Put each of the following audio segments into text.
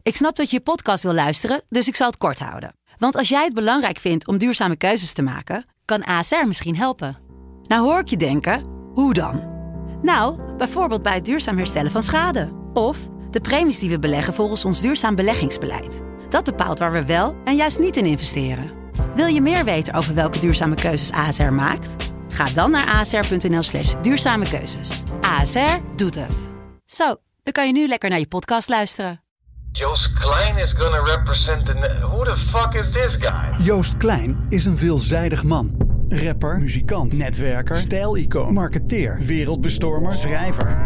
Ik snap dat je podcast wil luisteren, dus ik zal het kort houden. Want als jij het belangrijk vindt om duurzame keuzes te maken, kan ASR misschien helpen. Nou hoor ik je denken, hoe dan? Nou, bijvoorbeeld bij het duurzaam herstellen van schade. Of de premies die we beleggen volgens ons duurzaam beleggingsbeleid. Dat bepaalt waar we wel en juist niet in investeren. Wil je meer weten over welke duurzame keuzes ASR maakt? Ga dan naar asr.nl/duurzame keuzes. ASR doet het. Zo, dan kan je nu lekker naar je podcast luisteren. Joost Klein is gonna represent who the fuck is this guy? Joost Klein is een veelzijdig man. Rapper, muzikant, netwerker, stijlicoon, marketeer, wereldbestormer, schrijver.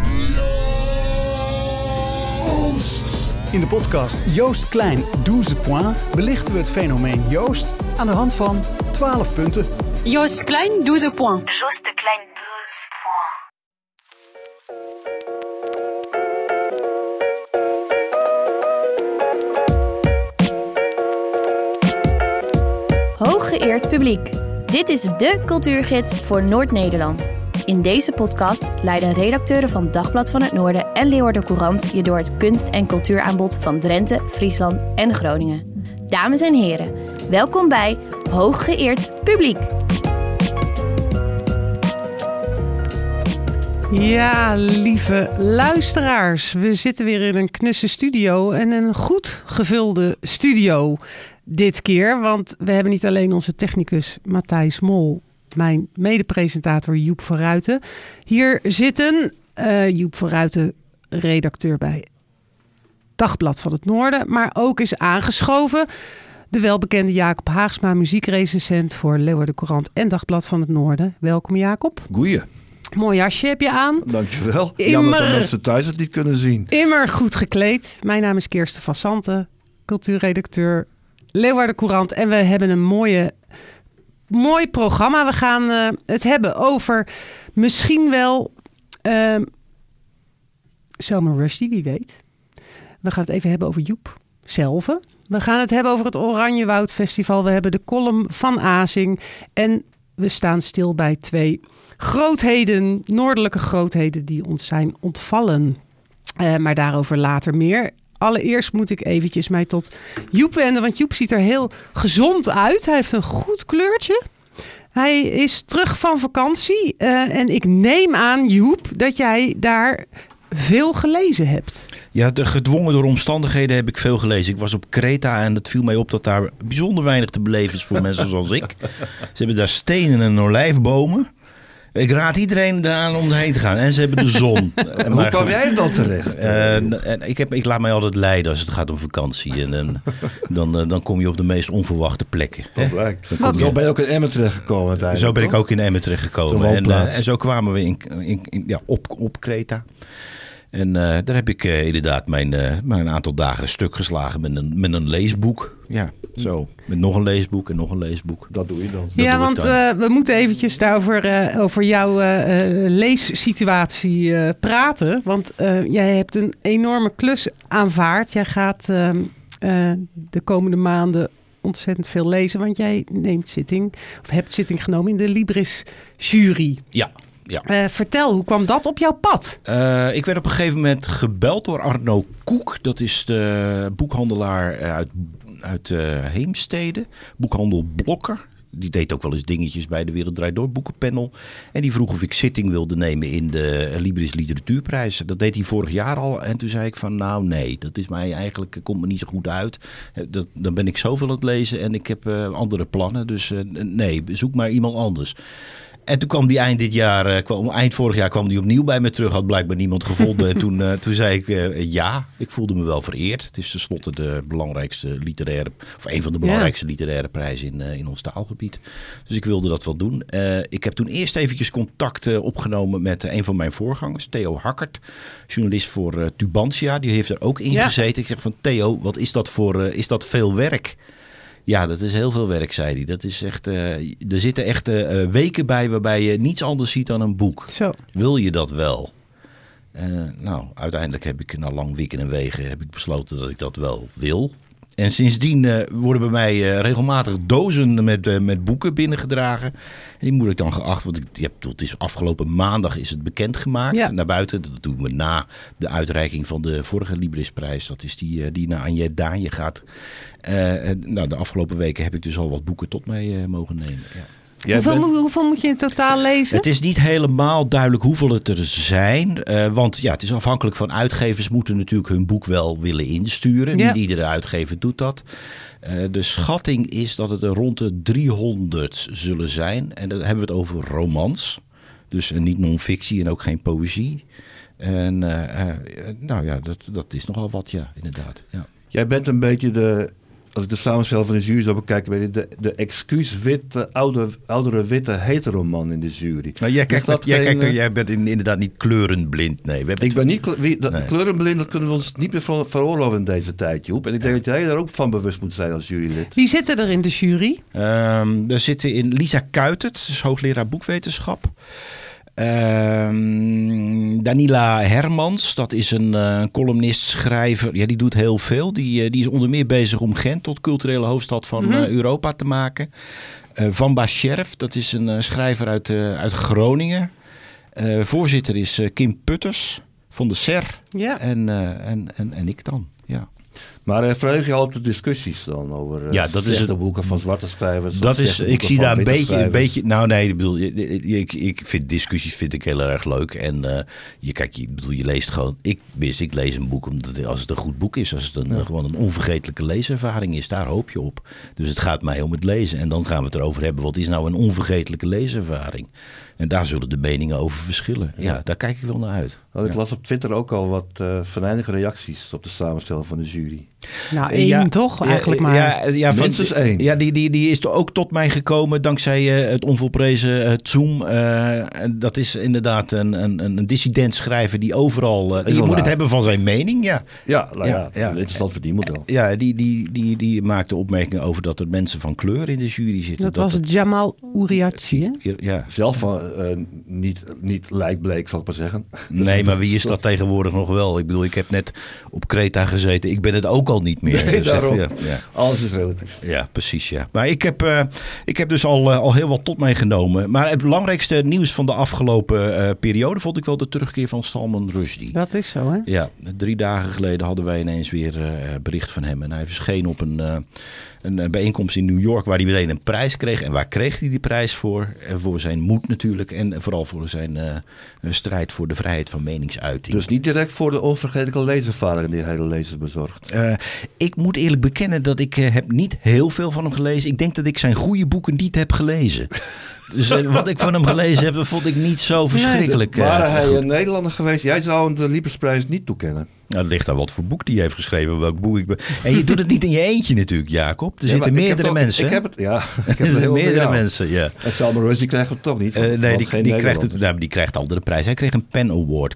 In de podcast Joost Klein 12 points belichten we het fenomeen Joost aan de hand van 12 punten. Joost Klein 12 points. Joost Klein 12 points. Hooggeëerd publiek. Dit is de cultuurgids voor Noord-Nederland. In deze podcast leiden redacteuren van Dagblad van het Noorden en Leeuwarden Courant je door het kunst- en cultuuraanbod van Drenthe, Friesland en Groningen. Dames en heren, welkom bij Hooggeëerd publiek. Ja, lieve luisteraars, we zitten weer in een knusse studio en een goed gevulde studio dit keer. Want we hebben niet alleen onze technicus Matthijs Mol, mijn medepresentator Joep van Ruiten hier zitten. Joep van Ruiten, redacteur bij Dagblad van het Noorden, maar ook is aangeschoven de welbekende Jacob Haagsma, muziekrecensent voor Leeuwarden Courant en Dagblad van het Noorden. Welkom Jacob. Goeie. Mooi jasje heb je aan. Dankjewel. Jammer dat mensen thuis het niet kunnen zien. Immer goed gekleed. Mijn naam is Kirsten van Santen, cultuurredacteur Leeuwarden Courant. En we hebben een mooi programma. We gaan het hebben over misschien wel Salman Rushdie, wie weet. We gaan het even hebben over Joep zelf. We gaan het hebben over het Oranjewoud Festival. We hebben de column van Azing. En we staan stil bij twee grootheden, noordelijke grootheden die ons zijn ontvallen. Maar daarover later meer. Allereerst moet ik eventjes mij tot Joep wenden, want Joep ziet er heel gezond uit. Hij heeft een goed kleurtje. Hij is terug van vakantie. En ik neem aan, Joep, dat jij daar veel gelezen hebt. Ja, gedwongen door omstandigheden heb ik veel gelezen. Ik was op Kreta en het viel mij op dat daar bijzonder weinig te beleven is voor mensen zoals ik. Ze hebben daar stenen en olijfbomen. Ik raad iedereen eraan om erheen te gaan. En ze hebben de zon. Hoe kwam jij er dan terecht? Ik laat mij altijd leiden als het gaat om vakantie. En dan kom je op de meest onverwachte plekken. Zo ben je ook in Emmen terechtgekomen uiteindelijk. Zo ben ik ook in Emmen terechtgekomen. En zo kwamen we op Kreta. En daar heb ik inderdaad mijn aantal dagen stuk geslagen met een leesboek. Ja, zo. Met nog een leesboek en nog een leesboek. Dat doe je dan. Ja, want we moeten eventjes daarover over jouw leessituatie praten. Want jij hebt een enorme klus aanvaard. Jij gaat de komende maanden ontzettend veel lezen. Want jij hebt zitting genomen in de Libris jury. Ja. Ja. Vertel, hoe kwam dat op jouw pad? Ik werd op een gegeven moment gebeld door Arno Koek. Dat is de boekhandelaar uit Heemstede. Boekhandel Blokker. Die deed ook wel eens dingetjes bij de Wereld Draait Door boekenpanel. En die vroeg of ik zitting wilde nemen in de Libris Literatuurprijs. Dat deed hij vorig jaar al. En toen zei ik van nou nee, dat is mij eigenlijk, komt me niet zo goed uit. Dan ben ik zoveel aan het lezen en ik heb andere plannen. Dus nee, zoek maar iemand anders. En toen kwam die eind vorig jaar kwam die opnieuw bij me terug. Had blijkbaar niemand gevonden. En toen zei ik ja, ik voelde me wel vereerd. Het is tenslotte de belangrijkste een van de belangrijkste literaire prijzen in ons taalgebied. Dus ik wilde dat wel doen. Ik heb toen eerst eventjes contact opgenomen met een van mijn voorgangers, Theo Hakkert, journalist voor Tubantia. Die heeft er ook in gezeten. Ik zeg van Theo, wat is dat is dat veel werk? Ja, dat is heel veel werk, zei hij. Dat is echt, er zitten echt weken bij waarbij je niets anders ziet dan een boek. Zo. Wil je dat wel? Uiteindelijk heb ik na lang wikken en wegen besloten dat ik dat wel wil. En sindsdien worden bij mij regelmatig dozen met boeken binnengedragen. En die moet ik dan geacht, want het is afgelopen maandag is het bekendgemaakt naar buiten. Dat doen we na de uitreiking van de vorige Librisprijs. Dat is die naar Anje Daanje gaat. De afgelopen weken heb ik dus al wat boeken tot mij mogen nemen. Ja. Hoeveel moet je in totaal lezen? Het is niet helemaal duidelijk hoeveel het er zijn. Want het is afhankelijk van uitgevers moeten natuurlijk hun boek wel willen insturen. Niet iedere uitgever doet dat. De schatting is dat het er rond de 300 zullen zijn. En dan hebben we het over romans. Dus niet non-fictie en ook geen poëzie. En dat is nogal wat, inderdaad. Ja. Jij bent een beetje als ik de samenstelling van de jury zou bekijken, ben je de excuus-witte, oudere witte heteroman in de jury. Nou, jij bent inderdaad niet kleurenblind. Nee, ik ben niet kleurenblind, dat kunnen we ons niet meer veroorloven in deze tijd, Joep. En ik denk dat jij daar ook van bewust moet zijn als jurylid. Wie zitten er in de jury? Er zitten in Lisa Kuitert, dat is hoogleraar boekwetenschap. Danila Hermans, dat is een columnist, schrijver. Ja, die doet heel veel. Die is onder meer bezig om Gent tot culturele hoofdstad van Europa te maken. Van Bascherf, dat is een schrijver uit Groningen. Voorzitter is Kim Putters van de SER. Ja. En ik dan, ja. Maar vreug je al op de discussies dan over dat is het boeken van zwarte schrijvers? Ik zie daar een beetje. Nou nee, ik vind discussies heel erg leuk. En je leest gewoon. Ik lees een boek omdat als het een goed boek is, als het gewoon een onvergetelijke leeservaring is, daar hoop je op. Dus het gaat mij om het lezen. En dan gaan we het erover hebben. Wat is nou een onvergetelijke leeservaring? En daar zullen de meningen over verschillen. Ja, daar kijk ik wel naar uit. Ik las op Twitter ook al wat venijnige reacties op de samenstelling van de jury. Nou, één toch eigenlijk maar. Minstens één. Ja, die is ook tot mij gekomen dankzij het onvolprezen Zoom. Dat is inderdaad een dissident schrijver die overal... je moet het hebben van zijn mening, ja. Interessant verdienmodel. Ja, die maakte opmerkingen over dat er mensen van kleur in de jury zitten. Dat was Jamal Ouriachi, hè? Ja. Zelf niet lijkbleek, zal ik maar zeggen. Nee, maar wie is dat tegenwoordig nog wel? Ik bedoel, ik heb net op Kreta gezeten. Ik ben het ook al niet meer. Nee, daarom. Alles is relatief. Ja, precies, ja. Maar ik heb dus al heel wat tot mij genomen. Maar het belangrijkste nieuws van de afgelopen periode vond ik wel de terugkeer van Salman Rushdie. Dat is zo, hè? Ja, 3 dagen geleden hadden wij ineens weer bericht van hem. En hij verscheen op een bijeenkomst in New York waar hij meteen een prijs kreeg. En waar kreeg hij die prijs voor? Voor zijn moed natuurlijk en vooral voor zijn strijd voor de vrijheid van meningsuiting. Dus niet direct voor de onvergetelijke leeservaring die hij de lezer bezorgt? Ik moet eerlijk bekennen dat ik heb niet heel veel van hem gelezen. Ik denk dat ik zijn goede boeken niet heb gelezen. Dus wat ik van hem gelezen heb, dat vond ik niet zo verschrikkelijk. Waren hij een Nederlander geweest? Jij zou hem de Librisprijs niet toekennen. Nou, het ligt aan wat voor boek die heeft geschreven. Welk boek en je doet het niet in je eentje natuurlijk, Jacob. Er zitten meerdere mensen. Ik heb het heel meerdere mensen, ja. En Salman Rushdie krijgt het toch niet? Nee, die krijgt altijd de prijs. Hij kreeg een Pen Award,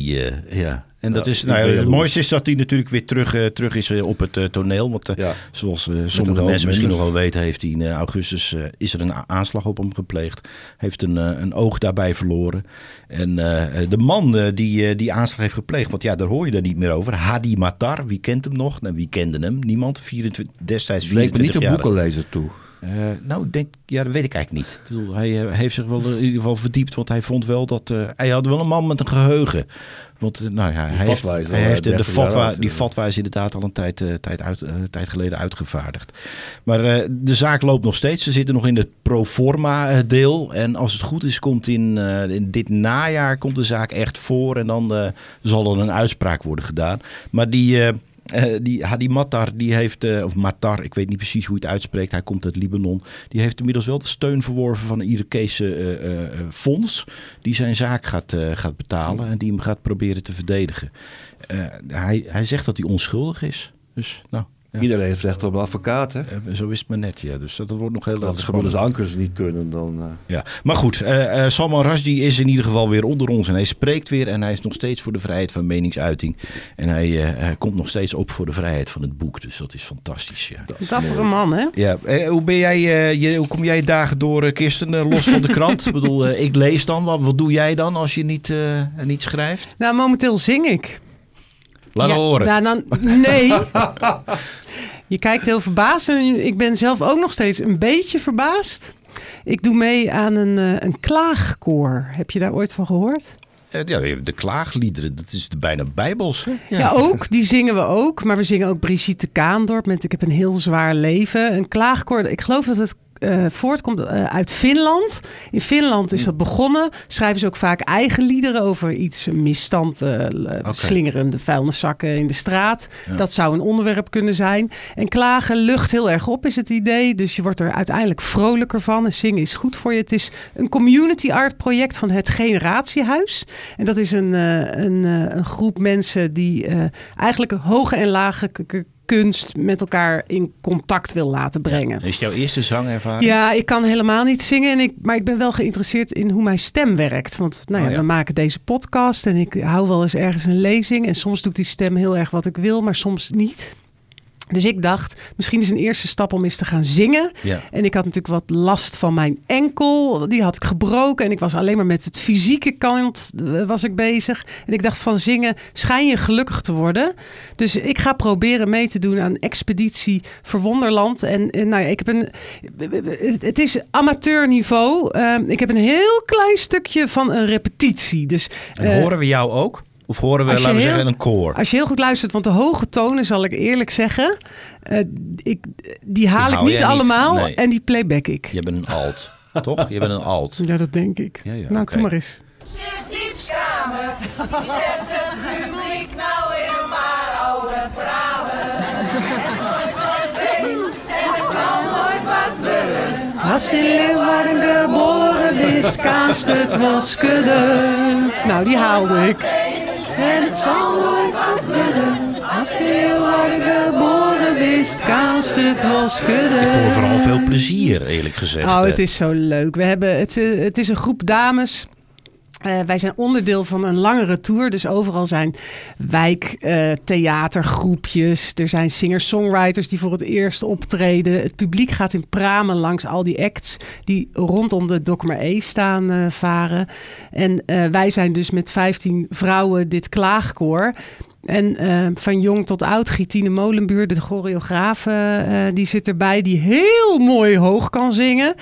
ja. En dat is, het mooiste is dat hij natuurlijk weer terug is op het toneel. Want zoals sommige mensen misschien nog wel weten, heeft hij in augustus is er een aanslag op hem gepleegd. Heeft een oog daarbij verloren. En de man die aanslag heeft gepleegd, want daar hoor je daar niet meer over. Hadi Matar, wie kent hem nog? Nou, wie kende hem? Niemand. Destijds 24 jaar. Bleek me niet een boekenlezer toe. Ik denk, dat weet ik eigenlijk niet. Ik bedoel, hij heeft zich wel in ieder geval verdiept, want hij vond wel dat hij had wel een man met een geheugen. Want hij heeft de fatwa is inderdaad al een tijd geleden uitgevaardigd. Maar de zaak loopt nog steeds. Ze zitten nog in het pro forma deel. En als het goed is, komt in dit najaar komt de zaak echt voor. En dan zal er een uitspraak worden gedaan. Maar die Hadi Matar, die heeft, of Matar, ik weet niet precies hoe hij het uitspreekt. Hij komt uit Libanon. Die heeft inmiddels wel de steun verworven van een Irakese fonds. Die zijn zaak gaat betalen en die hem gaat proberen te verdedigen. Hij zegt dat hij onschuldig is. Dus, nou. Ja. Iedereen heeft recht op een advocaat, hè? Zo is het maar net, ja. Dus dat wordt nog heel erg spannend. Als de ankers niet kunnen, dan... Ja, maar goed. Salman Rushdie is in ieder geval weer onder ons. En hij spreekt weer en hij is nog steeds voor de vrijheid van meningsuiting. En hij komt nog steeds op voor de vrijheid van het boek. Dus dat is fantastisch, ja. Dappere man, hè? Ja. Hoe kom jij dagen door, Kirsten, los van de krant? Ik bedoel, ik lees dan. Wat doe jij dan als je niet schrijft? Nou, momenteel zing ik. Laat horen. Nee. Je kijkt heel verbaasd en ik ben zelf ook nog steeds een beetje verbaasd. Ik doe mee aan een klaagkoor. Heb je daar ooit van gehoord? De klaagliederen, dat is bijna bijbels. Hè? Ja, ook. Die zingen we ook. Maar we zingen ook Brigitte Kaandorp met Ik heb een heel zwaar leven. Een klaagkoor. Ik geloof dat het voortkomt uit Finland. In Finland is dat begonnen. Schrijven ze ook vaak eigen liederen over iets, misstand, slingerende vuilniszakken in de straat. Ja. Dat zou een onderwerp kunnen zijn. En klagen lucht heel erg op, is het idee. Dus je wordt er uiteindelijk vrolijker van. En zingen is goed voor je. Het is een community art project van het Generatiehuis. En dat is een groep mensen die eigenlijk hoge en lage kunst met elkaar in contact wil laten brengen. Is het jouw eerste zangervaring? Ja, ik kan helemaal niet zingen. Maar ik ben wel geïnteresseerd in hoe mijn stem werkt. Want we maken deze podcast en ik hou wel eens ergens een lezing. En soms doet die stem heel erg wat ik wil, maar soms niet. Dus ik dacht, misschien is een eerste stap om eens te gaan zingen. Ja. En ik had natuurlijk wat last van mijn enkel. Die had ik gebroken. En ik was alleen maar met het fysieke kant was ik bezig. En ik dacht, van zingen schijn je gelukkig te worden. Dus ik ga proberen mee te doen aan Expeditie Verwonderland. En ik heb het is amateurniveau. Ik heb een heel klein stukje van een repetitie. Dus, en horen we jou ook? Of horen we, laten we zeggen, een koor? Als je heel goed luistert, want de hoge tonen, zal ik eerlijk zeggen, die haal ik niet allemaal niet. En die playback ik. Je bent een alt, toch? Je bent een alt. Ja, dat denk ik. Ja, nou, doe maar eens. Zit diep schamen, zet het publiek nou weer maar oude praten. En nooit wat wees, en het zal nooit wat willen. Als die Leeuwarden geboren wist, kaast het wel schudden. Nou, die haalde ik. En het zal nooit wat willen. Als die Leeuwarden geboren wist, kaast het wel schudden. Ik hoor vooral veel plezier, eerlijk gezegd. Oh, het is zo leuk. We hebben het is een groep dames. Wij zijn onderdeel van een langere tour. Dus overal zijn wijktheatergroepjes. Er zijn singer-songwriters die voor het eerst optreden. Het publiek gaat in pramen langs al die acts die rondom de Dokmer E staan varen. En wij zijn dus met 15 vrouwen dit klaagkoor. En van jong tot oud, Gietine Molenbuur, de choreograaf, die zit erbij, die heel mooi hoog kan zingen.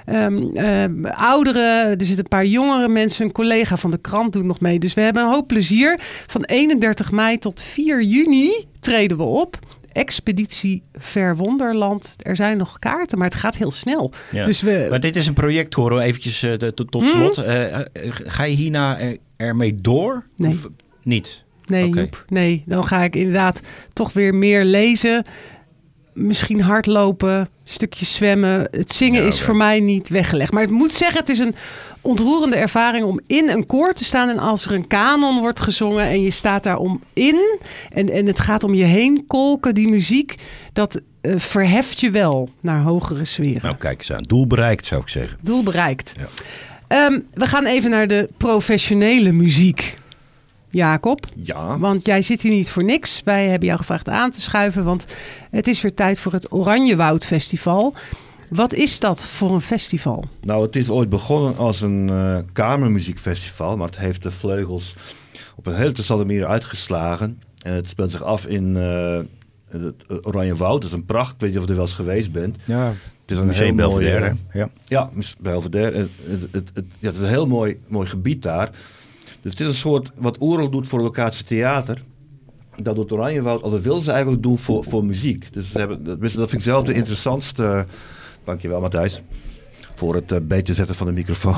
Ouderen, er zitten een paar jongere mensen, een collega van de krant doet nog mee. Dus we hebben een hoop plezier. Van 31 mei tot 4 juni treden we op. Expeditie Verwonderland. Er zijn nog kaarten, maar het gaat heel snel. Ja. Dus maar dit is een project, horen we eventjes tot slot. Ga je hierna ermee door? Nee. Of niet? Nee, okay. Joep, nee. Dan ga ik inderdaad toch weer meer lezen. Misschien hardlopen, stukjes zwemmen. Het zingen is voor mij niet weggelegd. Maar ik moet zeggen, het is een ontroerende ervaring om in een koor te staan. En als er een kanon wordt gezongen en je staat daar om in. En het gaat om je heen kolken, die muziek. Dat verheft je wel naar hogere sferen. Nou, kijk eens aan. Doel bereikt, zou ik zeggen. Doel bereikt. Ja. We gaan even naar de professionele muziek. Jacob, want jij zit hier niet voor niks. Wij hebben jou gevraagd aan te schuiven, want het is weer tijd voor het Oranjewoud Festival. Wat is dat voor een festival? Nou, het is ooit begonnen als een kamermuziekfestival, maar het heeft de vleugels op een hele interessante manier uitgeslagen. En het speelt zich af in het Oranjewoud. Dat is een pracht, ik weet niet of je er wel eens geweest bent. Ja, het is een Museum Belvedere. Ja, Belvedere. Het is een heel mooi gebied daar. Dus het is een soort wat Oerl doet voor locatie-theater. Dat doet Oranjewoud, al dat wil ze eigenlijk doen voor muziek. Dus dat vind ik zelf de interessantste. Dankjewel, Matthijs, voor het beetje zetten van de microfoon.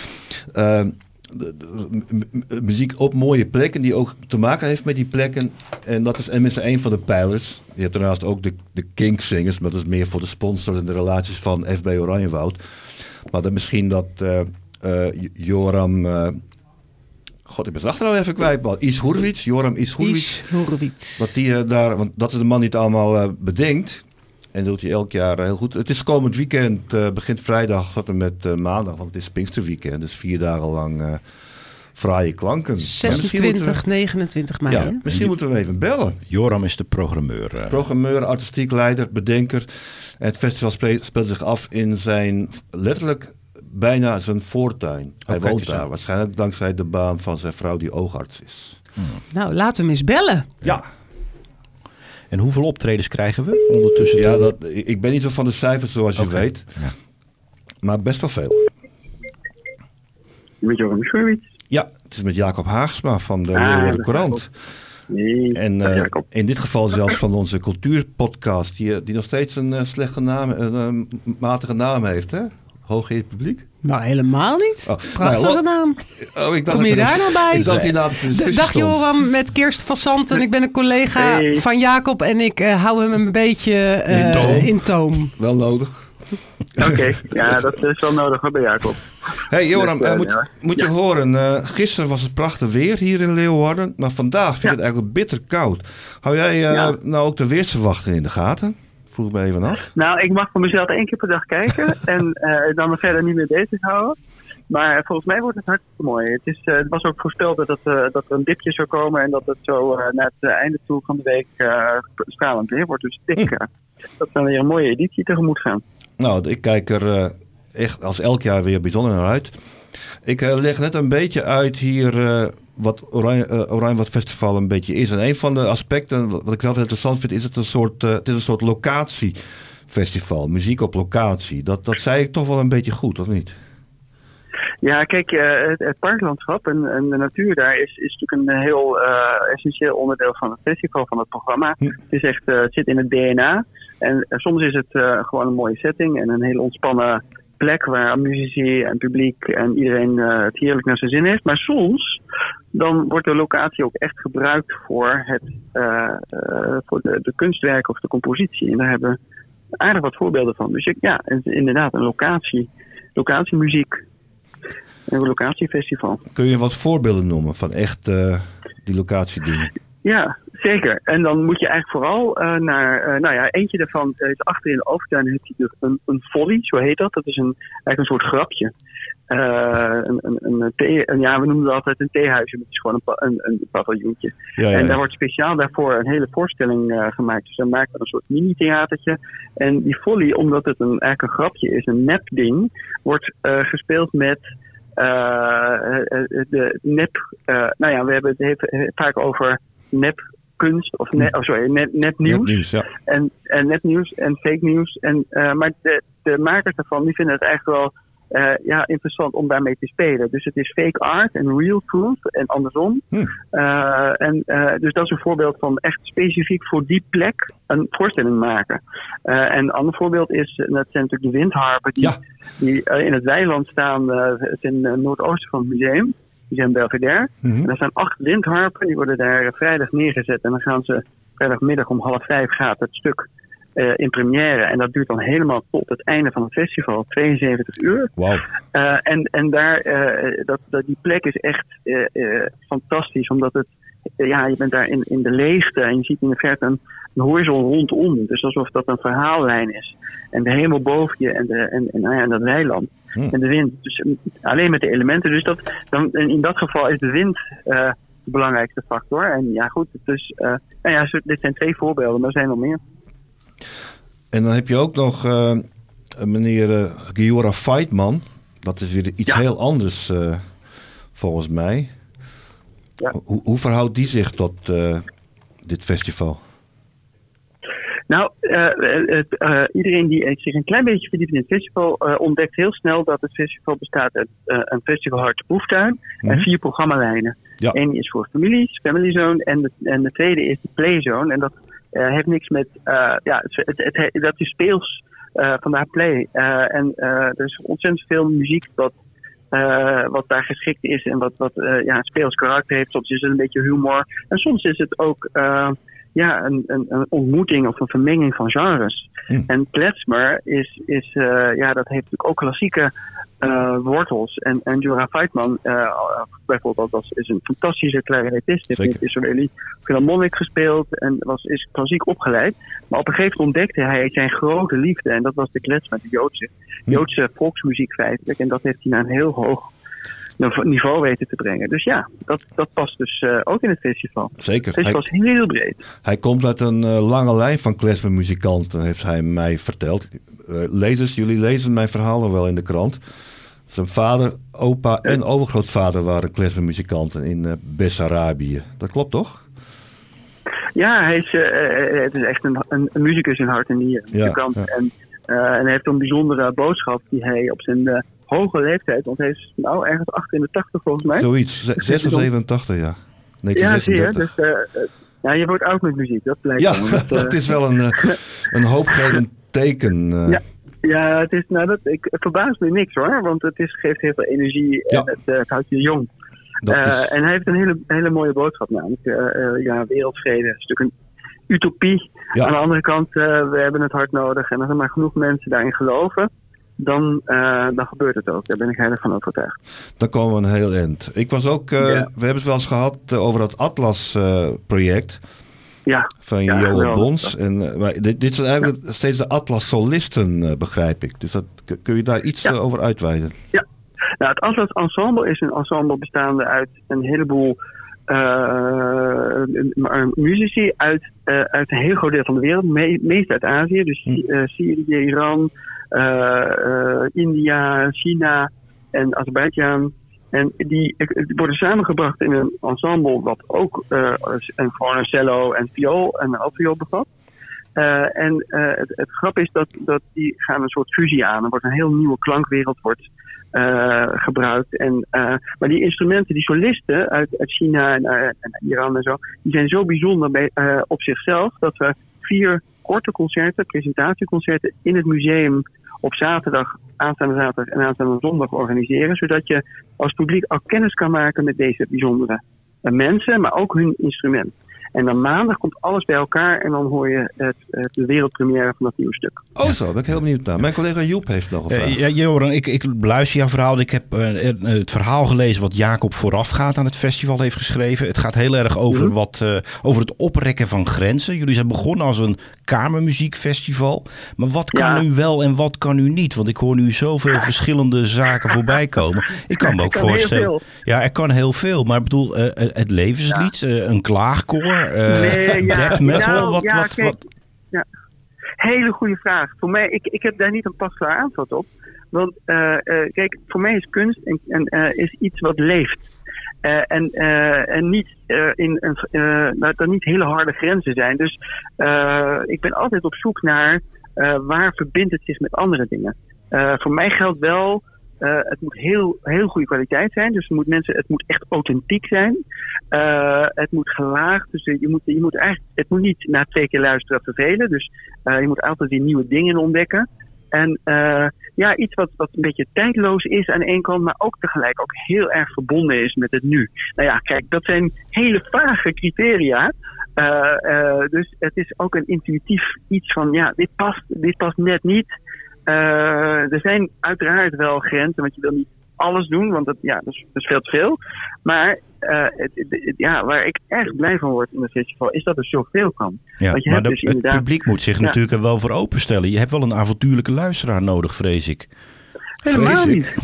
Muziek op mooie plekken die ook te maken heeft met die plekken. En dat is tenminste een van de pijlers. Je hebt daarnaast ook de Kinksingers, maar dat is meer voor de sponsors en de relaties van FB Oranjewoud. Maar dan misschien dat Joram... God, ik ben zijn achternaam even kwijt. Joram Ishurwitz. Wat die daar, want dat is de man die het allemaal bedenkt. En dat doet hij elk jaar heel goed. Het is komend weekend, begint vrijdag tot en met maandag, want het is Pinksterweekend. Dus 4 dagen lang fraaie klanken. 26, 29 mei. Ja, misschien moeten we even bellen. Joram is de programmeur. Programmeur, artistiek leider, bedenker. En het festival speelt zich af in zijn letterlijk... bijna zijn voortuin. Hij woont daar. Waarschijnlijk dankzij de baan van zijn vrouw die oogarts is. Nou, laten we hem eens bellen. Ja. En hoeveel optredens krijgen we ondertussen? Ja, ik ben niet zo van de cijfers zoals je weet. Ja. Maar best wel veel. Met Joram Schurwitz. Ja, het is met Jacob Haagsma van de Leeuwarden Courant. Nee, En in dit geval zelfs van onze cultuurpodcast, die nog steeds een slechte naam, een matige naam heeft, hè? Hoog in het publiek. Nou, helemaal niet. Prachtige naam. Ik dacht Kom je daar nou bij? Ik dacht die naam Dag Joram, met Kirsten van Santen. Ik ben een collega van Jacob en ik hou hem een beetje in toom. Wel nodig. Oké, ja, dat is wel nodig hoor, bij Jacob. Hey Joram, moet je horen, gisteren was het prachtig weer hier in Leeuwarden, maar vandaag vind ik het eigenlijk bitter koud. Hou jij nou ook de weersverwachting in de gaten? Vroeg me even af. Nou, ik mag voor mezelf 1 keer per dag kijken en dan verder niet meer bezig houden. Maar volgens mij wordt het hartstikke mooi. Het was ook voorspeld dat er een dipje zou komen en dat het zo naar het einde toe van de week stralend weer wordt. Dus dat we weer een mooie editie tegemoet gaan. Nou, ik kijk er echt als elk jaar weer bijzonder naar uit. Ik leg net een beetje uit hier wat Oranjewoud Festival een beetje is. En een van de aspecten, wat ik zelf heel interessant vind, is het is een soort locatiefestival. Muziek op locatie. Dat zei ik toch wel een beetje goed, of niet? Ja, kijk, het parklandschap en de natuur daar is natuurlijk een heel essentieel onderdeel van het festival, van het programma. Het is echt, het zit in het DNA. En soms is het gewoon een mooie setting en een hele ontspannen plek waar muzici en publiek en iedereen het heerlijk naar zijn zin heeft. Maar soms dan wordt de locatie ook echt gebruikt voor de kunstwerken of de compositie. En daar hebben we aardig wat voorbeelden van. Dus inderdaad, een locatiemuziek. Een locatiefestival. Kun je wat voorbeelden noemen van echt die locatiedingen? Ja, zeker. En dan moet je eigenlijk vooral naar... eentje daarvan is achter in de overtuin heb je een volley, zo heet dat. Dat is eigenlijk een soort grapje. We noemen het altijd een theehuisje, maar het is gewoon een paviljoentje. Ja. En daar wordt speciaal daarvoor een hele voorstelling gemaakt. Dus dan maken we een soort mini-theatertje. En die volley, omdat het eigenlijk een grapje is, een nep ding, wordt gespeeld met... de nep... we hebben het vaak over nepkunst of nepnieuws. Ja. En nepnieuws en fake nieuws. Maar de makers daarvan die vinden het eigenlijk wel interessant om daarmee te spelen. Dus het is fake art en real truth en andersom. Dus dat is een voorbeeld van echt specifiek voor die plek een voorstelling maken. En een ander voorbeeld is, dat zijn natuurlijk de windharpen die in het weiland staan ten noordoosten van het museum. Museum Belvedere. En er zijn 8 windharpen, die worden daar vrijdag neergezet. En dan gaan ze vrijdagmiddag om 4:30 gaat het stuk in première. En dat duurt dan helemaal tot het einde van het festival, 72 uur. Wow. En daar, die plek is echt fantastisch, omdat het, je bent daar in de leegte en je ziet in de verte een horizon rondom. Dus alsof dat een verhaallijn is. En de hemel boven je en dat weiland. En de wind. Dus alleen met de elementen. Dus in dat geval is de wind de belangrijkste factor. En ja, goed. Dus, dit zijn 2 voorbeelden, maar er zijn nog meer. En dan heb je ook nog meneer Giora Feitman. Dat is weer iets heel anders volgens mij. Ja. Hoe verhoudt die zich tot dit festival? Nou, iedereen die zich een klein beetje verdiept in het festival ontdekt heel snel dat het festival bestaat uit een festivalhart de proeftuin en 4 programmalijnen. Ja. Eén is voor families, Family Zone, en de tweede is de Play Zone. En dat heeft niks met, dat is speels, vandaar play. Er is ontzettend veel muziek wat daar geschikt is en wat speels karakter heeft. Soms is het een beetje humor en soms is het ook... een ontmoeting of een vermenging van genres. En klezmer dat heeft natuurlijk ook klassieke wortels. En Giora Feitman, bijvoorbeeld, is een fantastische clarinetist. Heeft in het Israëli Philharmonic gespeeld en is klassiek opgeleid. Maar op een gegeven moment ontdekte hij zijn grote liefde. En dat was de klezmer, de Joodse volksmuziek feitelijk. En dat heeft hij naar een heel hoog niveau weten te brengen. Dus ja, dat past dus ook in het festival. Zeker. Het festival is heel breed. Hij komt uit een lange lijn van klezmermuzikanten, heeft hij mij verteld. Jullie lezen mijn verhaal nog wel in de krant. Zijn vader, opa en overgrootvader waren klezmermuzikanten in Bessarabië. Dat klopt toch? Ja, het is echt een muzikus in hart en nieren. En hij heeft een bijzondere boodschap die hij op zijn hoge leeftijd, want hij is nou ergens 88 volgens mij. Zoiets, 86 ja. 1936. Ja, zie je. Dus, je wordt oud met muziek, dat blijkt. Ja, dat is wel een hoopgevend teken. Ja, het is, het verbaast me niks hoor, want geeft heel veel energie en het houdt je jong. En hij heeft een hele mooie boodschap namelijk. Wereldvrede is natuurlijk een utopie. Ja. Aan de andere kant, we hebben het hard nodig. En als er maar genoeg mensen daarin geloven, dan gebeurt het ook. Daar ben ik heilig van overtuigd. Dan komen we een heel eind. Ik was ook, we hebben het wel eens gehad over dat Atlas-project. Van Johan Bons. Maar dit zijn eigenlijk steeds de Atlas solisten, begrijp ik. Dus kun je daar iets over uitweiden? Ja. Nou, het Atlas Ensemble is een ensemble bestaande uit een heleboel muzici uit een heel groot deel van de wereld. Meest uit Azië. Dus Syrië, Iran, India, China en Azerbeidzjan. En die worden samengebracht in een ensemble wat ook gewoon een cello en viool en altviool bevat. Het grap is dat die gaan een soort fusie aan. Er wordt een heel nieuwe klankwereld gebruikt. Maar die instrumenten, die solisten uit China en Iran en zo, die zijn zo bijzonder op zichzelf dat we 4 korte concerten, presentatieconcerten in het museum op aanstaande zaterdag en aanstaande zondag organiseren, zodat je als publiek ook kennis kan maken met deze bijzondere mensen, maar ook hun instrument. En dan maandag komt alles bij elkaar en dan hoor je de wereldpremière van dat nieuwe stuk. Oh zo, ben ik heel benieuwd naar. Mijn collega Joep heeft nog een vraag. Joran, ik beluister jouw verhaal. Ik heb het verhaal gelezen wat Jacob voorafgaand aan het festival heeft geschreven. Het gaat heel erg over over het oprekken van grenzen. Jullie zijn begonnen als een kamermuziekfestival. Maar wat kan u wel en wat kan u niet? Want ik hoor nu zoveel verschillende zaken voorbij komen. Ik kan me ook voorstellen. Ja, er kan heel veel. Maar ik bedoel, het levenslied, een klaagkoor. Death metal? Hele goede vraag. Voor mij, ik heb daar niet een pasklaar antwoord op. Want kijk, voor mij is kunst is iets wat leeft. En niet dat er niet hele harde grenzen zijn. Dus ik ben altijd op zoek naar waar verbindt het zich met andere dingen. Voor mij geldt wel, het moet heel goede kwaliteit zijn. Dus het moet echt authentiek zijn. Het moet gelaagd. Dus het moet niet na 2 keer luisteren vervelen. Dus je moet altijd weer nieuwe dingen ontdekken. En iets wat een beetje tijdloos is aan de ene kant, maar ook tegelijk ook heel erg verbonden is met het nu. Nou ja, kijk, dat zijn hele vage criteria. Dus het is ook een intuïtief iets van, dit past net niet. Er zijn uiteraard wel grenzen, want je wil niet alles doen, want dat is veel te veel. Maar waar ik echt blij van word in het festival is dat er zoveel kan. Ja, want maar het publiek moet zich natuurlijk er wel voor openstellen. Je hebt wel een avontuurlijke luisteraar nodig, vrees ik. Helemaal niet.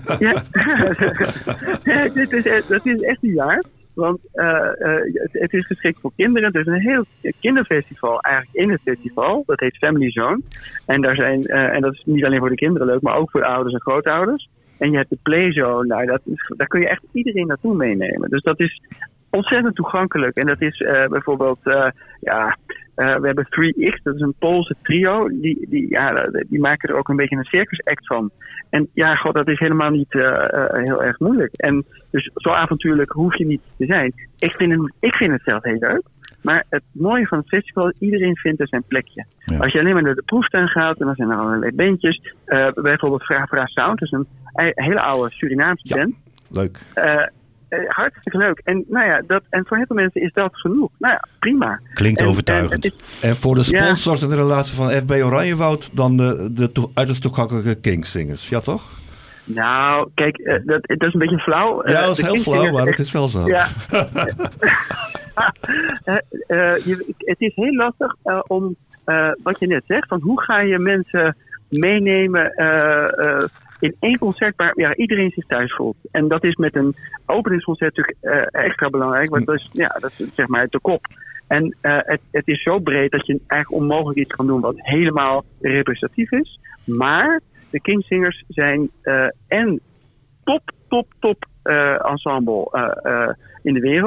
Dat is echt niet waar. Want het is geschikt voor kinderen. Er is een heel kinderfestival eigenlijk in het festival. Dat heet Family Zone. En en dat is niet alleen voor de kinderen leuk, maar ook voor de ouders en grootouders. En je hebt de Playzone. Daar kun je echt iedereen naartoe meenemen. Dus dat is ontzettend toegankelijk. En dat is bijvoorbeeld, we hebben 3X, dat is een Poolse trio. Die maken er ook een beetje een circusact van. En dat is helemaal niet heel erg moeilijk. En dus zo avontuurlijk hoef je niet te zijn. Ik vind het zelf heel leuk. Maar het mooie van het festival, iedereen vindt er zijn plekje. Ja. Als je alleen maar naar de proeftuin gaat, en dan zijn er allerlei bandjes. Bijvoorbeeld Fra Sound, dat is een hele oude Surinaamse band. Leuk. Hartstikke leuk. En en voor heel veel mensen is dat genoeg. Nou ja, prima. Klinkt overtuigend. En voor de sponsors in de relatie van FB Oranjewoud dan de uiterst toegankelijke Kingsingers. Ja, toch? Nou, kijk, dat is een beetje flauw. Ja, dat is heel flauw, maar het is wel zo. Ja. Het is heel lastig om, wat je net zegt, van hoe ga je mensen meenemen in één concert waar iedereen zich thuis voelt. En dat is met een openingsconcert natuurlijk extra belangrijk, want dat is zeg maar de kop. En het is zo breed dat je eigenlijk onmogelijk iets kan doen wat helemaal representatief is. Maar de Kingsingers zijn top ensemble in de wereld.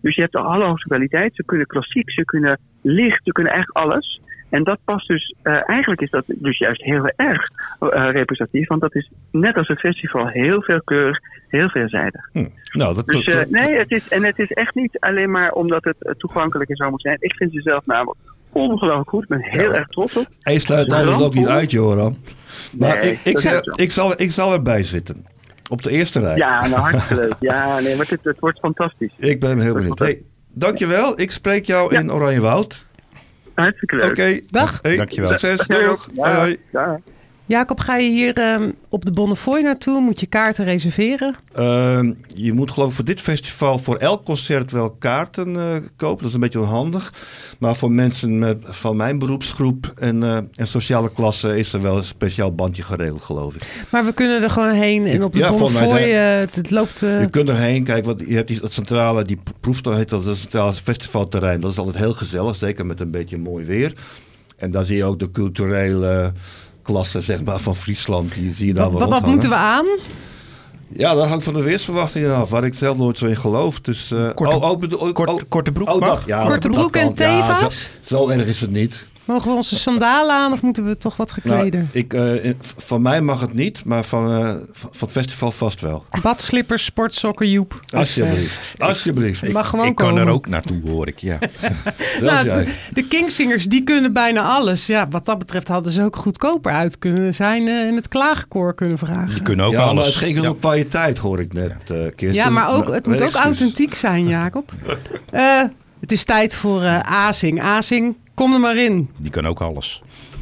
Dus je hebt de allerhoogste kwaliteit. Ze kunnen klassiek, ze kunnen licht, ze kunnen echt alles. En dat past dus, eigenlijk is dat dus juist heel erg representatief. Want dat is net als het festival heel veelkleurig, heel veelzijdig. Het is echt niet alleen maar omdat het toegankelijk en zo moet zijn. Ik vind ze zelf namelijk ongelooflijk goed. Ik ben heel erg trots op. Hij sluit alles ook niet uit, Joram. Maar ik zal erbij zitten. Op de eerste rij. Ja, nou hartstikke leuk. Ja, nee, maar het wordt fantastisch. Ik ben heel benieuwd. Hey, dankjewel. Ik spreek jou in Oranjewoud. Hartstikke leuk. Oké. Dag. Hey, dankjewel. Succes. Doeg. Hoi. Jacob, ga je hier op de Bonnefoy naartoe? Moet je kaarten reserveren? Je moet geloof ik voor dit festival voor elk concert wel kaarten kopen. Dat is een beetje onhandig. Maar voor mensen van mijn beroepsgroep en sociale klasse is er wel een speciaal bandje geregeld, geloof ik. Maar we kunnen er gewoon heen en op de Bonnefoy, het loopt... Je kunt erheen, kijk, want je hebt het centrale, die proeftuin heet dat, het centrale festivalterrein. Dat is altijd heel gezellig, zeker met een beetje mooi weer. En daar zie je ook de culturele klasse, zeg maar, van Friesland. Die zie je daar wel Wat moeten we aan? Ja, dat hangt van de weersverwachtingen af, waar ik zelf nooit zo in geloof. Dus, korte broek mag? Korte broek en teva's? Ja, zo erg is het niet. Mogen we onze sandalen aan of moeten we toch wat gekleden? Van mij mag het niet, maar van het festival vast wel. Badslippers, sportsokken, Joep. Alsjeblieft. Ik kan er ook naartoe, hoor ik, ja. De Kingsingers, die kunnen bijna alles. Ja, wat dat betreft hadden ze ook goedkoper uit kunnen zijn en het klaagkoor kunnen vragen. Die kunnen ook alles. Maar het ging om kwaliteit, hoor ik net, Kirsten. Ja, maar ook, het moet ook authentiek zijn, Jacob. Het is tijd voor Azing. Azing, kom er maar in. Die kan ook alles.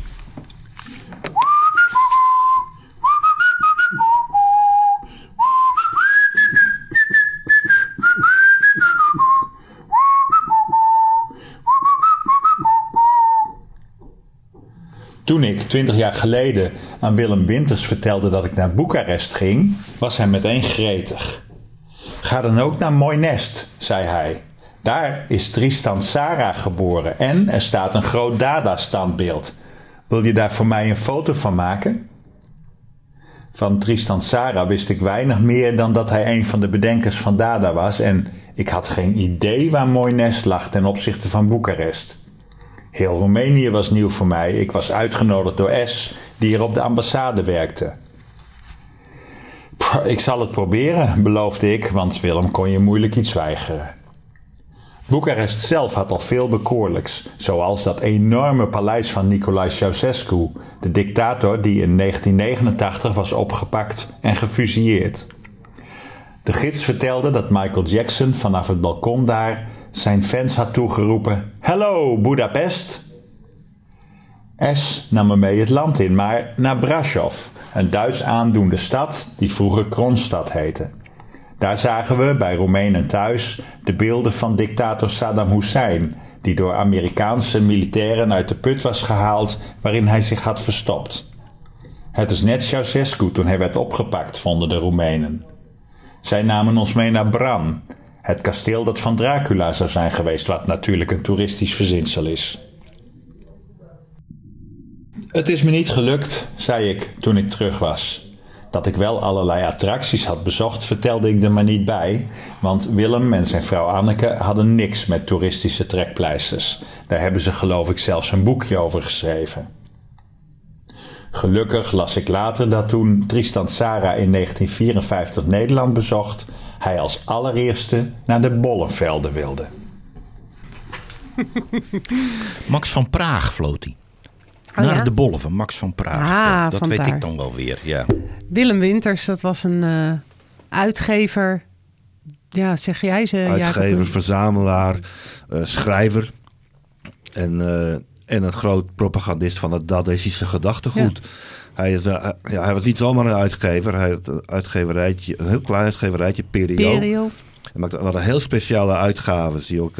Toen ik 20 jaar geleden aan Willem Winters vertelde dat ik naar Boekarest ging, was hij meteen gretig. Ga dan ook naar Moynest, zei hij. Daar is Tristan Tzara geboren en er staat een groot Dada-standbeeld. Wil je daar voor mij een foto van maken? Van Tristan Tzara wist ik weinig meer dan dat hij een van de bedenkers van Dada was en ik had geen idee waar Moynest lag ten opzichte van Boekarest. Heel Roemenië was nieuw voor mij. Ik was uitgenodigd door S, die er op de ambassade werkte. Ik zal het proberen, beloofde ik, want Willem kon je moeilijk iets weigeren. Boekarest zelf had al veel bekoorlijks, zoals dat enorme paleis van Nicolae Ceausescu, de dictator die in 1989 was opgepakt en gefusilleerd. De gids vertelde dat Michael Jackson vanaf het balkon daar zijn fans had toegeroepen: "Hallo, Budapest!" S nam me mee het land in, maar naar Brașov, een Duits aandoende stad die vroeger Kronstadt heette. Daar zagen we, bij Roemenen thuis, de beelden van dictator Saddam Hussein, die door Amerikaanse militairen uit de put was gehaald waarin hij zich had verstopt. Het is net Ceausescu toen hij werd opgepakt, vonden de Roemenen. Zij namen ons mee naar Bran, het kasteel dat van Dracula zou zijn geweest, wat natuurlijk een toeristisch verzinsel is. Het is me niet gelukt, zei ik toen ik terug was. Dat ik wel allerlei attracties had bezocht, vertelde ik er maar niet bij, want Willem en zijn vrouw Anneke hadden niks met toeristische trekpleisters. Daar hebben ze geloof ik zelfs een boekje over geschreven. Gelukkig las ik later dat toen Tristan Tzara in 1954 Nederland bezocht, hij als allereerste naar de Bollenvelden wilde. Max van Praag vloot hij. Naar de bollen van Max van Praag. Dat weet ik dan wel weer, ja. Willem Winters, dat was een uitgever. Ja, zeg jij ze? Uitgever, verzamelaar, schrijver. En een groot propagandist van het Dadaïstische gedachtegoed. Ja. Hij was niet zomaar een uitgever. Hij had een heel klein uitgeverijtje, Perio. Hij maakte een heel speciale uitgaven. Die ook...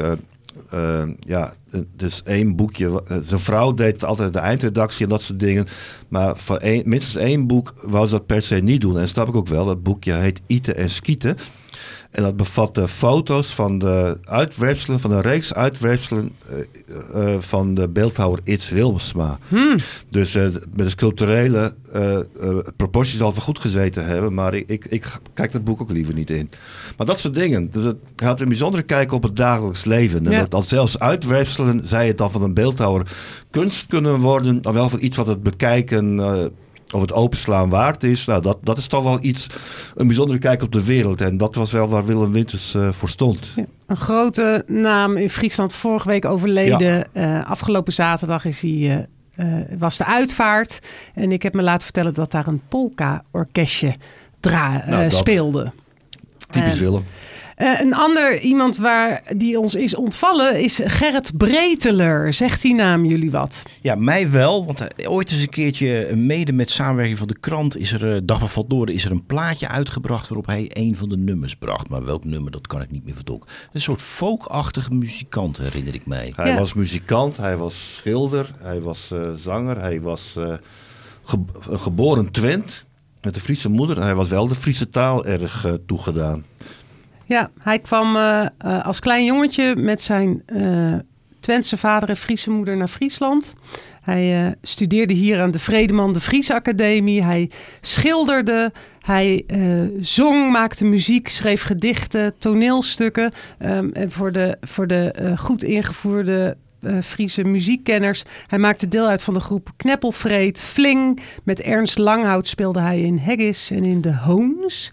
dus één boekje. Zijn vrouw deed altijd de eindredactie en dat soort dingen. Maar voor minstens één boek wou ze dat per se niet doen. En dat snap ik ook wel. Dat boekje heet Ite en Skieten. En dat bevatte foto's van de uitwerpselen, van een reeks uitwerpselen van de beeldhouwer Its Wilmsma. Dus met de sculpturele proporties zal wel goed gezeten hebben, maar ik kijk dat boek ook liever niet in. Maar dat soort dingen. Dus hij had een bijzondere kijk op het dagelijks leven. En dat zelfs uitwerpselen, zij het dan van een beeldhouwer, kunst kunnen worden, dan wel van iets wat het bekijken of het openslaan waard is. Nou, dat is toch wel een bijzondere kijk op de wereld. En dat was wel waar Willem Winters voor stond. Ja, een grote naam in Friesland, vorige week overleden. Ja. Afgelopen zaterdag was de uitvaart. En ik heb me laten vertellen dat daar een polka-orkestje speelde. Typisch Willem. Een ander iemand die ons is ontvallen is Gerrit Breteler. Zegt die naam jullie wat? Ja, mij wel. Want ooit eens een keertje, mede met samenwerking van de krant, Dagblad van het Noorden, is er een plaatje uitgebracht waarop hij een van de nummers bracht. Maar welk nummer, dat kan ik niet meer vertolken. Een soort folkachtige muzikant, herinner ik mij. Hij was muzikant, hij was schilder, hij was zanger, hij was een geboren Twent met een Friese moeder. En hij was wel de Friese taal erg toegedaan. Ja, hij kwam als klein jongetje met zijn Twentse vader en Friese moeder naar Friesland. Hij studeerde hier aan de Vredeman de Vries Academie. Hij schilderde, hij zong, maakte muziek, schreef gedichten, toneelstukken. En voor de goed ingevoerde Friese muziekkenners. Hij maakte deel uit van de groep Kneppelvreet, Fling. Met Ernst Langhout speelde hij in Haggis en in de Hoons.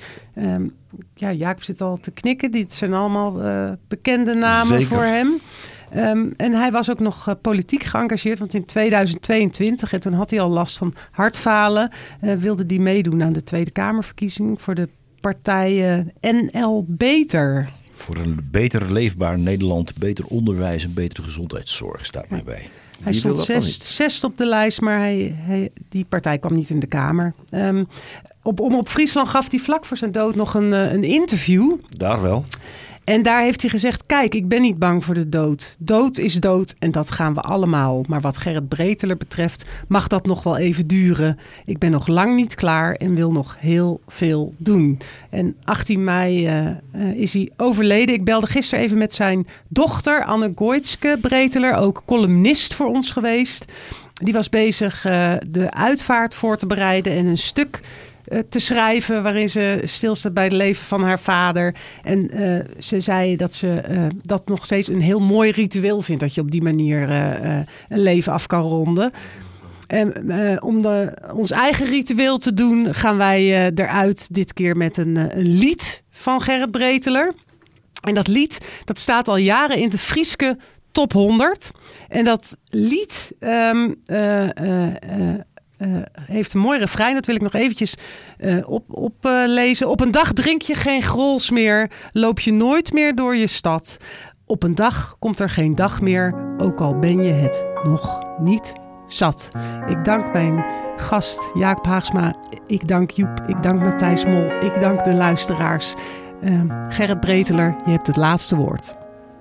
Jacob zit al te knikken. Dit zijn allemaal bekende namen. Zeker. Voor hem. En hij was ook nog politiek geëngageerd. Want in 2022, en toen had hij al last van hartfalen, wilde hij meedoen aan de Tweede Kamerverkiezing voor de partij NL Beter. Voor een beter leefbaar Nederland, beter onderwijs en betere gezondheidszorg staat mij bij. Hij stond zesde op de lijst, maar die partij kwam niet in de Kamer. Op Friesland gaf hij vlak voor zijn dood nog een interview. Daar wel. En daar heeft hij gezegd, kijk, ik ben niet bang voor de dood. Dood is dood en dat gaan we allemaal. Maar wat Gerrit Breteler betreft mag dat nog wel even duren. Ik ben nog lang niet klaar en wil nog heel veel doen. En 18 mei is hij overleden. Ik belde gisteren even met zijn dochter, Anne Goitske Breteler, ook columnist voor ons geweest. Die was bezig de uitvaart voor te bereiden en een stuk te schrijven waarin ze stilstaat bij het leven van haar vader. En ze zei dat ze dat nog steeds een heel mooi ritueel vindt, dat je op die manier een leven af kan ronden. En om ons eigen ritueel te doen, gaan wij eruit dit keer met een lied van Gerrit Breteler. En dat lied, dat staat al jaren in de Frieske Top 100. En dat lied heeft een mooi refrein. Dat wil ik nog eventjes oplezen. Op een dag drink je geen grols meer. Loop je nooit meer door je stad. Op een dag komt er geen dag meer. Ook al ben je het nog niet zat. Ik dank mijn gast Jacob Haagsma. Ik dank Joep. Ik dank Matthijs Mol. Ik dank de luisteraars. Gerrit Breteler, je hebt het laatste woord.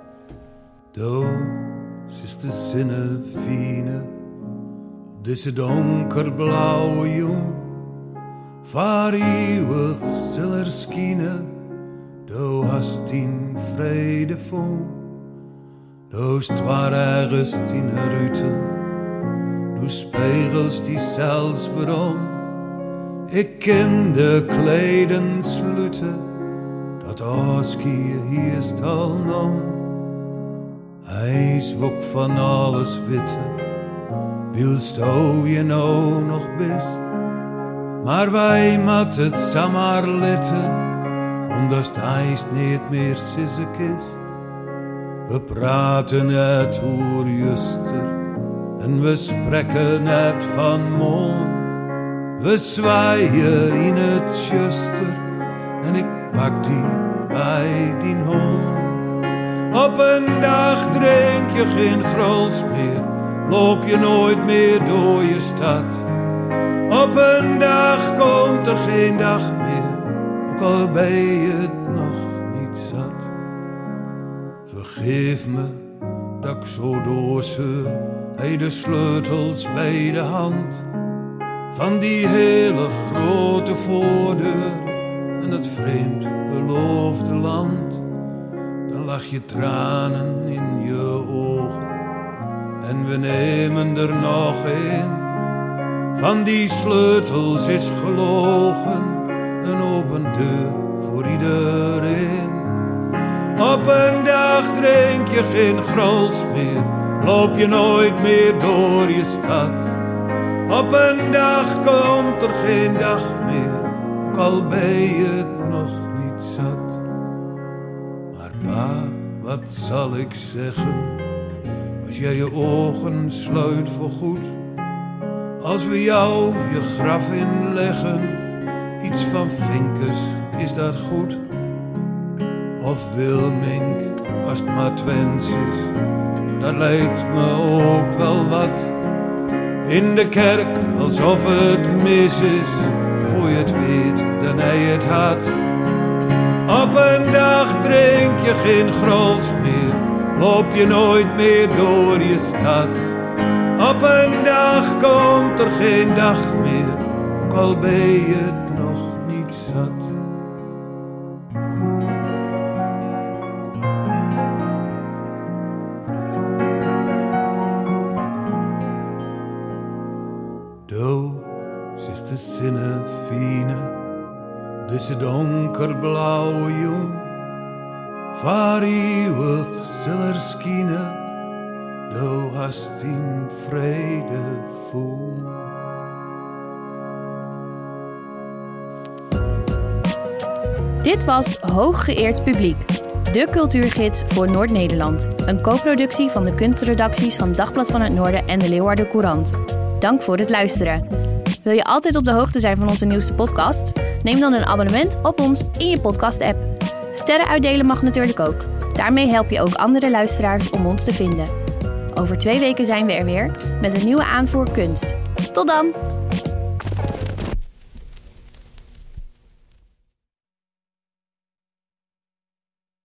Doos is de zinnefine. Deze donkerblauwe jong, waar eeuwig zal er schijnen, do hast in vrede von, dost waar ergens in ruiten, du spiegelst die zelfs waarom, ik ken de kleden sluiten, dat Oski hier stal nam, hij is ook van alles witte. Wilst je nou nog best, maar wij mat het samen litten, omdat hij niet meer sissen kist. We praten het oer juster, en we spreken het van moon. We zwaaien in het juster, en ik pak die bij die hoon. Op een dag drink je geen grols meer. Loop je nooit meer door je stad. Op een dag komt er geen dag meer, ook al ben je het nog niet zat. Vergeef me dat ik zo doorzeur, hij de sleutels bij de hand van die hele grote voordeur en het vreemd beloofde land. Dan lag je tranen in je ogen en we nemen er nog een. Van die sleutels is gelogen, een open deur voor iedereen. Op een dag drink je geen grols meer, loop je nooit meer door je stad. Op een dag komt er geen dag meer, ook al ben je het nog niet zat. Maar pa, wat zal ik zeggen, als jij je ogen sluit voor goed? Als we jou je graf inleggen, iets van Vinkers, is dat goed? Of Wilmink, als het maar Twents is, dat lijkt me ook wel wat. In de kerk, alsof het mis is, voor je het weet, dan hij het had. Op een dag drink je geen grols meer, loop je nooit meer door je stad. Op een dag komt er geen dag meer, ook al ben je het nog niet zat. Doos is de zinnefine, deze donkerblauwe jong, waar eeuwig zal er schijnen. Du hast in vrede voel. Dit was Hooggeëerd Publiek, de cultuurgids voor Noord-Nederland. Een co-productie van de kunstredacties van Dagblad van het Noorden en de Leeuwarder Courant. Dank voor het luisteren. Wil je altijd op de hoogte zijn van onze nieuwste podcast? Neem dan een abonnement op ons in je podcast-app. Sterren uitdelen mag natuurlijk ook. Daarmee help je ook andere luisteraars om ons te vinden. Over 2 weken zijn we er weer met een nieuwe aanvoer kunst. Tot dan!